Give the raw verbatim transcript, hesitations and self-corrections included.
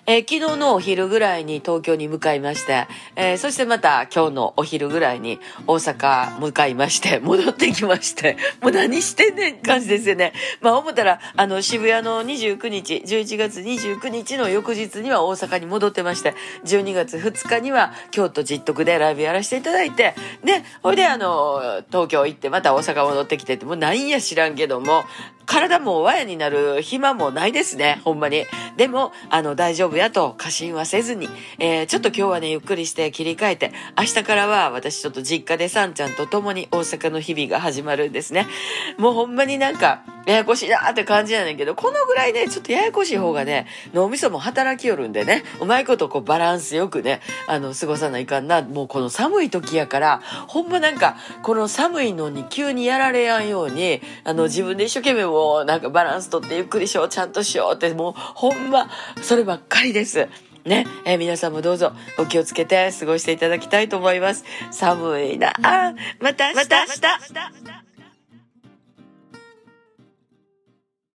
えー、昨日のお昼ぐらいに東京に向かいまして、えー、そしてまた今日のお昼ぐらいに大阪向かいまして、戻ってきまして、もう何してんねん感じですよね。まあ思ったら、あの渋谷のにじゅうくにち、じゅういちがつにじゅうくにちの翌日には大阪に戻ってまして、じゅうにがつふつかには京都実徳でライブやらせていただいて、で、ほいであの、東京行ってまた大阪戻ってきてって、もうなんや知らんけども、体もわやになる暇もないですね、ほんまに。でも、あの、大丈夫やと過信はせずに、えー、ちょっと今日はね、ゆっくりして切り替えて、明日からは私ちょっと実家でさんちゃんと共に大阪の日々が始まるんですね。もうほんまになんか、ややこしいなって感じやねんけど、このぐらいね、ちょっとややこしい方がね、脳みそも働きよるんでね、うまいことこうバランスよくね、あの、過ごさないかんな。もうこの寒い時やから、ほんまなんか、この寒いのに急にやられやんように、あの、自分で一生懸命もうなんかバランスとってゆっくりしよう、ちゃんとしようって、もうほんま、そればっかりです。ね、えー、皆さんもどうぞお気をつけて過ごしていただきたいと思います。寒いなあ。また明日。また明日。